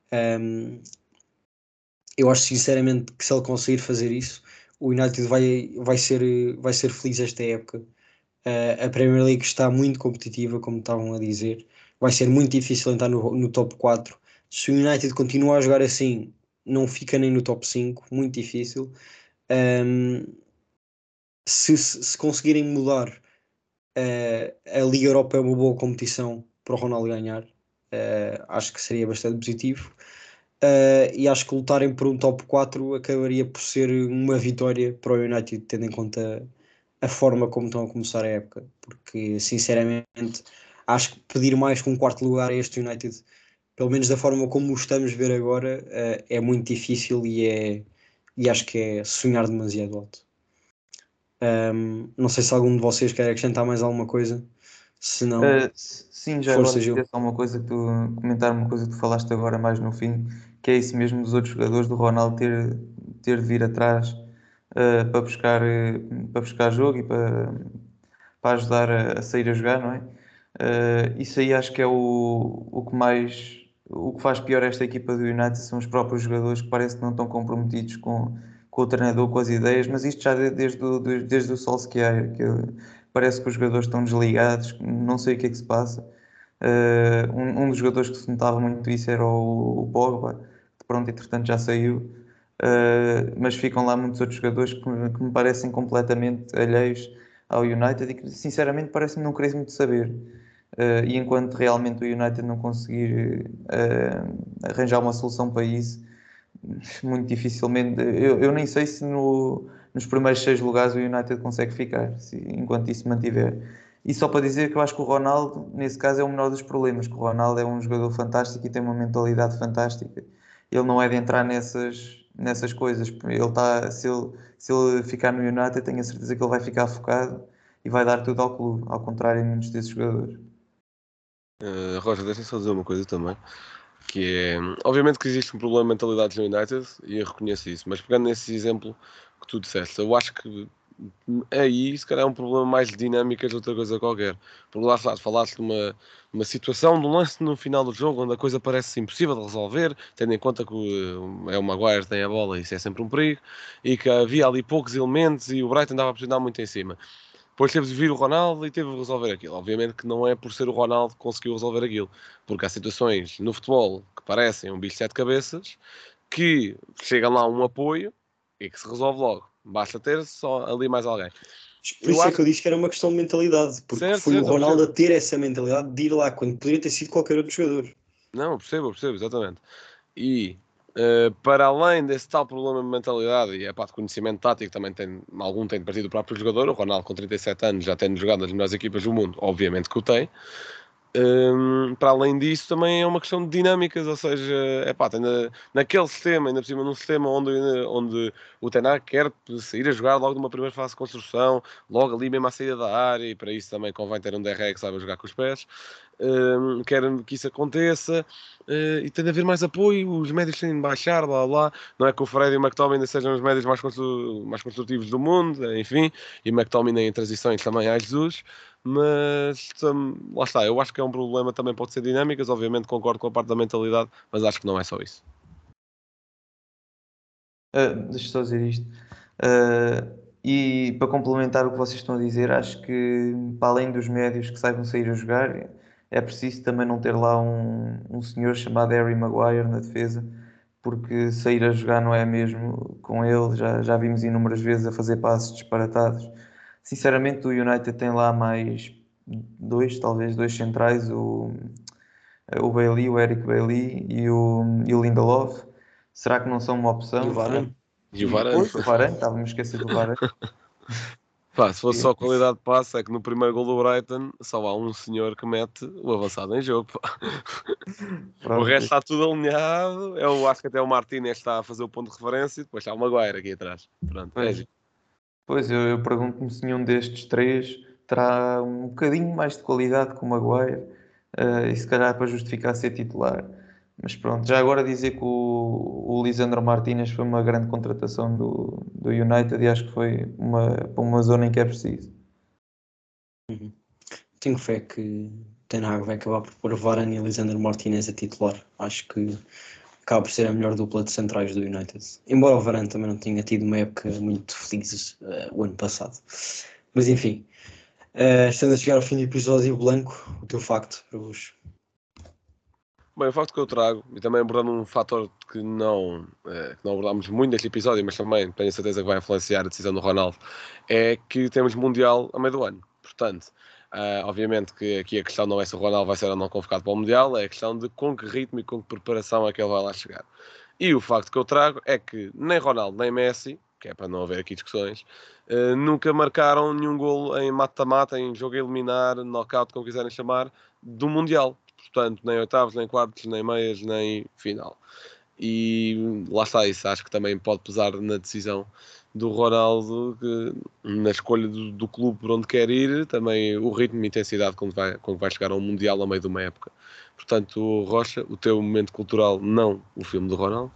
Um, eu acho sinceramente que se ele conseguir fazer isso, o United vai, vai, ser, vai ser feliz esta época. Uh, a Premier League está muito competitiva, como estavam a dizer. Vai ser muito difícil entrar no, no top quatro. Se o United continuar a jogar assim, não fica nem no top cinco, muito difícil. Um, se, se, se conseguirem mudar, uh, a Liga Europa é uma boa competição para o Ronaldo ganhar. Uh, acho que seria bastante positivo. Uh, e acho que lutarem por um top quatro acabaria por ser uma vitória para o United, tendo em conta a forma como estão a começar a época, porque sinceramente acho que pedir mais que um quarto lugar a este United, pelo menos da forma como o estamos a ver agora, uh, é muito difícil e, é, e acho que é sonhar demasiado alto. Um, não sei se algum de vocês quer acrescentar mais alguma coisa, se não, Uh, sim, já força, agora Gil. dizer só uma coisa que tu comentar uma coisa que tu falaste agora mais no fim, que é isso mesmo dos outros jogadores do Ronaldo ter, ter de vir atrás uh, para buscar, uh, para buscar jogo e para, para ajudar a, a sair a jogar, não é? Uh, isso aí acho que é o, o que mais o que faz pior esta equipa do United são os próprios jogadores que parece que não estão comprometidos com, com o treinador, com as ideias, mas isto já de- desde o, desde, desde o Solskjaer, que parece que os jogadores estão desligados, não sei o que é que se passa. Uh, um, um dos jogadores que se notava muito isso era o, o Pogba, que pronto, entretanto já saiu. Uh, mas ficam lá muitos outros jogadores que, que me parecem completamente alheios ao United e que sinceramente parece-me não querer muito saber. Uh, e enquanto realmente o United não conseguir uh, arranjar uma solução para isso, muito dificilmente. Eu, eu nem sei se no, nos primeiros seis lugares o United consegue ficar, se, enquanto isso se mantiver. E só para dizer que eu acho que o Ronaldo, nesse caso, é o menor dos problemas, que o Ronaldo é um jogador fantástico e tem uma mentalidade fantástica. Ele não é de entrar nessas, nessas coisas. Ele está, se, ele, se ele ficar no United, tenho a certeza que ele vai ficar focado e vai dar tudo ao clube, ao contrário de muitos desses jogadores. Uh, Roger, deixa-me só dizer uma coisa também, que é, obviamente que existe um problema de mentalidade no United, e eu reconheço isso, mas pegando nesse exemplo que tu disseste, eu acho que aí se calhar é um problema mais de dinâmicas de outra coisa qualquer, porque lá está, falaste de uma, uma situação, de um lance no final do jogo, onde a coisa parece impossível de resolver, tendo em conta que o, é o Maguire tem a bola, isso é sempre um perigo, e que havia ali poucos elementos e o Brighton andava a pressionar muito em cima. Depois teve de vir o Ronaldo e teve de resolver aquilo. Obviamente que não é por ser o Ronaldo que conseguiu resolver aquilo, porque há situações no futebol que parecem um bicho de sete cabeças, que chega lá um apoio e que se resolve logo. Basta ter só ali mais alguém. Por Eu isso é acho... que eu disse que era uma questão de mentalidade, porque Certo, foi o certo, eu Ronaldo a percebo. ter essa mentalidade de ir lá, quando poderia ter sido qualquer outro jogador. Não, eu percebo, eu percebo, exatamente. E Uh, para além desse tal problema de mentalidade e é pá, de conhecimento tático, também tem, algum tem de partir do próprio jogador. O Ronaldo, com trinta e sete anos, já tendo jogado nas melhores equipas do mundo, obviamente que o tem. Um, para além disso, também é uma questão de dinâmicas, ou seja, é pá, tem na, naquele sistema, ainda por cima, num sistema onde, onde o Ten Hag quer sair a jogar logo numa primeira fase de construção, logo ali mesmo à saída da área, e para isso também convém ter um D R E que saiba jogar com os pés. Um, quer que isso aconteça, uh, e tem de haver mais apoio, os médios têm de baixar, blá blá. Não é que o Fred e o McTominay ainda sejam os médios mais, constru mais construtivos do mundo, enfim, e o McTominay em transições também a Jesus. Mas um, lá está, eu acho que é um problema, também pode ser dinâmicas, obviamente concordo com a parte da mentalidade, mas acho que não é só isso. Uh, deixa eu só dizer isto. Uh, e para complementar o que vocês estão a dizer, acho que para além dos médios que saibam sair a jogar, é preciso também não ter lá um, um senhor chamado Harry Maguire na defesa, porque sair a jogar não é mesmo com ele, já, já vimos inúmeras vezes a fazer passos disparatados. Sinceramente, o United tem lá mais dois, talvez dois centrais, o, o Bailey, o Eric Bailey e o, e o Lindelof. Será que não são uma opção? E o Varane. E o E Varane. depois o Varane, estava-me a esquecer do Varane. Pá, se fosse só qualidade de passe, é que no primeiro gol do Brighton só há um senhor que mete o avançado em jogo. Pá. O resto está tudo alinhado. Eu acho que até o Martínez está a fazer o ponto de referência e depois está o Maguire aqui atrás. Pronto, é Pois, giro. pois eu, eu pergunto-me se nenhum destes três terá um bocadinho mais de qualidade que o Maguire, eh, e se calhar para justificar ser titular. Mas pronto, já agora dizer que o, o Lisandro Martínez foi uma grande contratação do, do United e acho que foi uma, para uma zona em que é preciso. Uhum. Tenho fé que Ten Hag vai acabar por pôr Varane e Lisandro Martínez a titular. Acho que acaba por ser a melhor dupla de centrais do United. Embora o Varane também não tenha tido uma época muito feliz uh, o ano passado. Mas enfim, uh, estando a chegar ao fim do episódio, Blanco, o teu facto para vos. Bem, o facto que eu trago, e também abordando um fator que não, eh, que não abordámos muito neste episódio, mas também tenho a certeza que vai influenciar a decisão do Ronaldo, é que temos Mundial a meio do ano. Portanto, ah, obviamente que aqui a questão não é se o Ronaldo vai ser ou não convocado para o Mundial, é a questão de com que ritmo e com que preparação é que ele vai lá chegar. E o facto que eu trago é que nem Ronaldo nem Messi, que é para não haver aqui discussões, eh, nunca marcaram nenhum golo em mata-mata, em jogo a eliminar, knockout, como quiserem chamar, do Mundial. Portanto, nem oitavos, nem quartos, nem meias, nem final. E lá está isso. Acho que também pode pesar na decisão do Ronaldo, que, na escolha do, do clube por onde quer ir, também o ritmo e intensidade com que vai, com que vai chegar ao Mundial a meio de uma época. Portanto, Rocha, o teu momento cultural, não o filme do Ronaldo.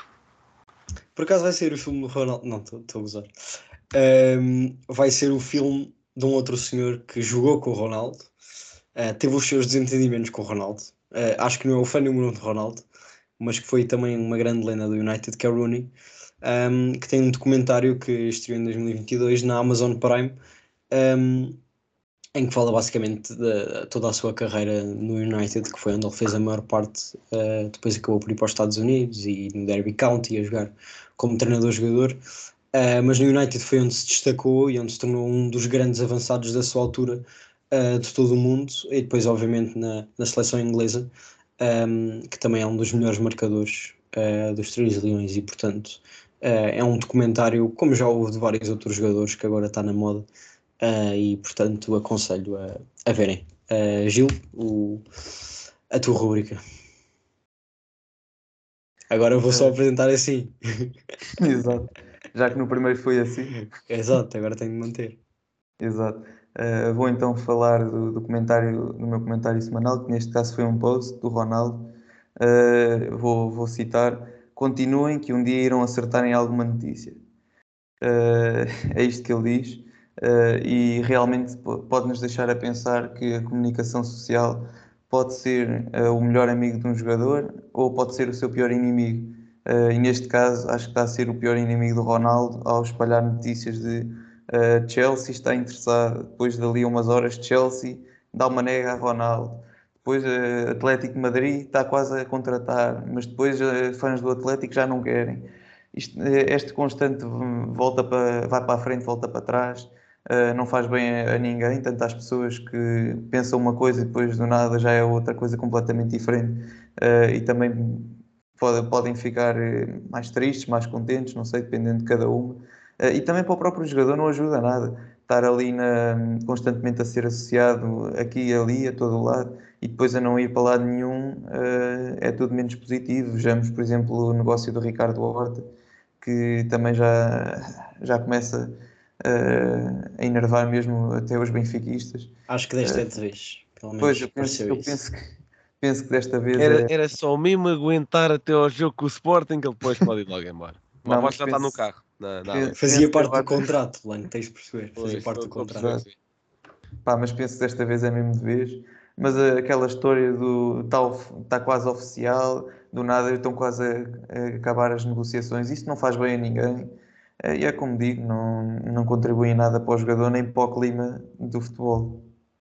Por acaso vai ser o filme do Ronaldo? Não, estou a usar. Um, vai ser o filme de um outro senhor que jogou com o Ronaldo, uh, teve os seus desentendimentos com o Ronaldo. Uh, acho que não é o fã número um de Ronaldo, mas que foi também uma grande lenda do United, que é o Rooney, um, que tem um documentário que estreou em dois mil e vinte e dois na Amazon Prime, um, em que fala basicamente de toda a sua carreira no United, que foi onde ele fez a maior parte. Uh, depois acabou por ir para os Estados Unidos e no Derby County a jogar como treinador-jogador. Uh, mas no United foi onde se destacou e onde se tornou um dos grandes avançados da sua altura, uh, de todo o mundo, e depois obviamente na, na seleção inglesa, um, que também é um dos melhores marcadores uh, dos Três Leões, e portanto uh, é um documentário, como já houve de vários outros jogadores, que agora está na moda, uh, e portanto aconselho a, a verem. Uh, Gil, o, a tua rubrica. Agora eu vou só É. apresentar assim. Exato. Já que no primeiro foi assim. Exato, agora tenho de manter. Exato. Uh, vou então falar do, do comentário, do meu comentário semanal, que neste caso foi um post do Ronaldo. Uh, vou, vou citar: continuem que um dia irão acertar em alguma notícia. Uh, é isto que ele diz, uh, e realmente pode-nos deixar a pensar que a comunicação social pode ser uh, o melhor amigo de um jogador ou pode ser o seu pior inimigo. Uh, e neste caso, acho que está a ser o pior inimigo do Ronaldo ao espalhar notícias de uh, Chelsea está interessado, depois dali a umas horas Chelsea dá uma nega a Ronaldo. Depois uh, Atlético de Madrid está quase a contratar, mas depois uh, fãs do Atlético já não querem. Isto, este constante volta para, vai para a frente, volta para trás, uh, não faz bem a, a ninguém, tanto às pessoas que pensam uma coisa e depois do nada já é outra coisa completamente diferente, uh, e também pode, podem ficar eh, mais tristes, mais contentes, não sei, dependendo de cada um. Uh, e também para o próprio jogador não ajuda nada estar ali na, constantemente a ser associado aqui e ali, a todo lado, e depois a não ir para lado nenhum, uh, é tudo menos positivo. Vejamos, por exemplo, o negócio do Ricardo Horta, que também já, já começa uh, a enervar mesmo até os benfiquistas. Acho que desta é Uh, de vez, pelo menos pois, eu penso, pareceu eu isso. penso que, penso que desta vez Era, é... era só mesmo aguentar até ao jogo com o Sporting que ele depois pode ir logo embora. O Não, Aposto mas já está no penso, carro. Na, na penso, Alex. Fazia penso que parte do ele vai... contrato, Lano, tens de perceber. Fazia Pois, parte do estou a contrato. perceber, sim. Pá, mas penso que desta vez é mesmo de vez. Mas uh, aquela história do está tá quase oficial, do nada estão quase a, a acabar as negociações, isso não faz bem a ninguém. Uh, e é como digo, não, não contribui em nada para o jogador nem para o clima do futebol.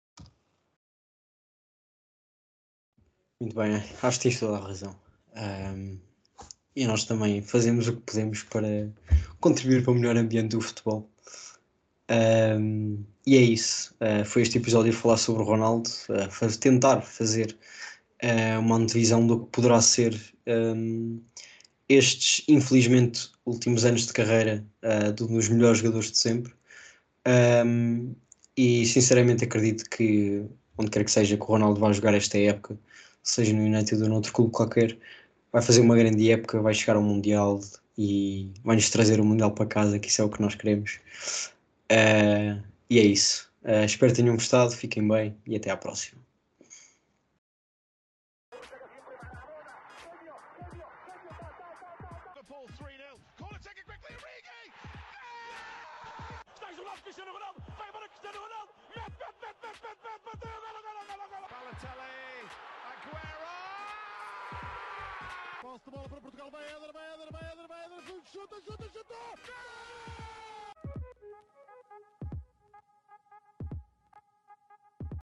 Muito bem, acho que tens toda a razão. Um, e nós também fazemos o que podemos para contribuir para o melhor ambiente do futebol. Um, e é isso. Uh, foi este episódio a falar sobre o Ronaldo, uh, faz, tentar fazer uh, uma antevisão do que poderá ser um, estes, infelizmente, últimos anos de carreira uh, de um dos melhores jogadores de sempre. Um, e sinceramente acredito que onde quer que seja que o Ronaldo vai jogar esta época, seja no United ou noutro clube qualquer, vai fazer uma grande época, vai chegar ao Mundial e vai-nos trazer o Mundial para casa, que isso é o que nós queremos. Uh, e é isso. Uh, espero que tenham gostado, fiquem bem e até à próxima. Liverpool three nil. Corner taken quickly. Origi! Está isolado Cristiano Ronaldo. Vai embora Cristiano Ronaldo. Mete, mete, mete, mete, mete, mete. Bateu. Golo, golo, golo, golo. Balotelli. Aguero. Posse de bola para Portugal. Vai Éder, vai Éder, vai Éder, vai Éder. Chuta, chuta, chuta.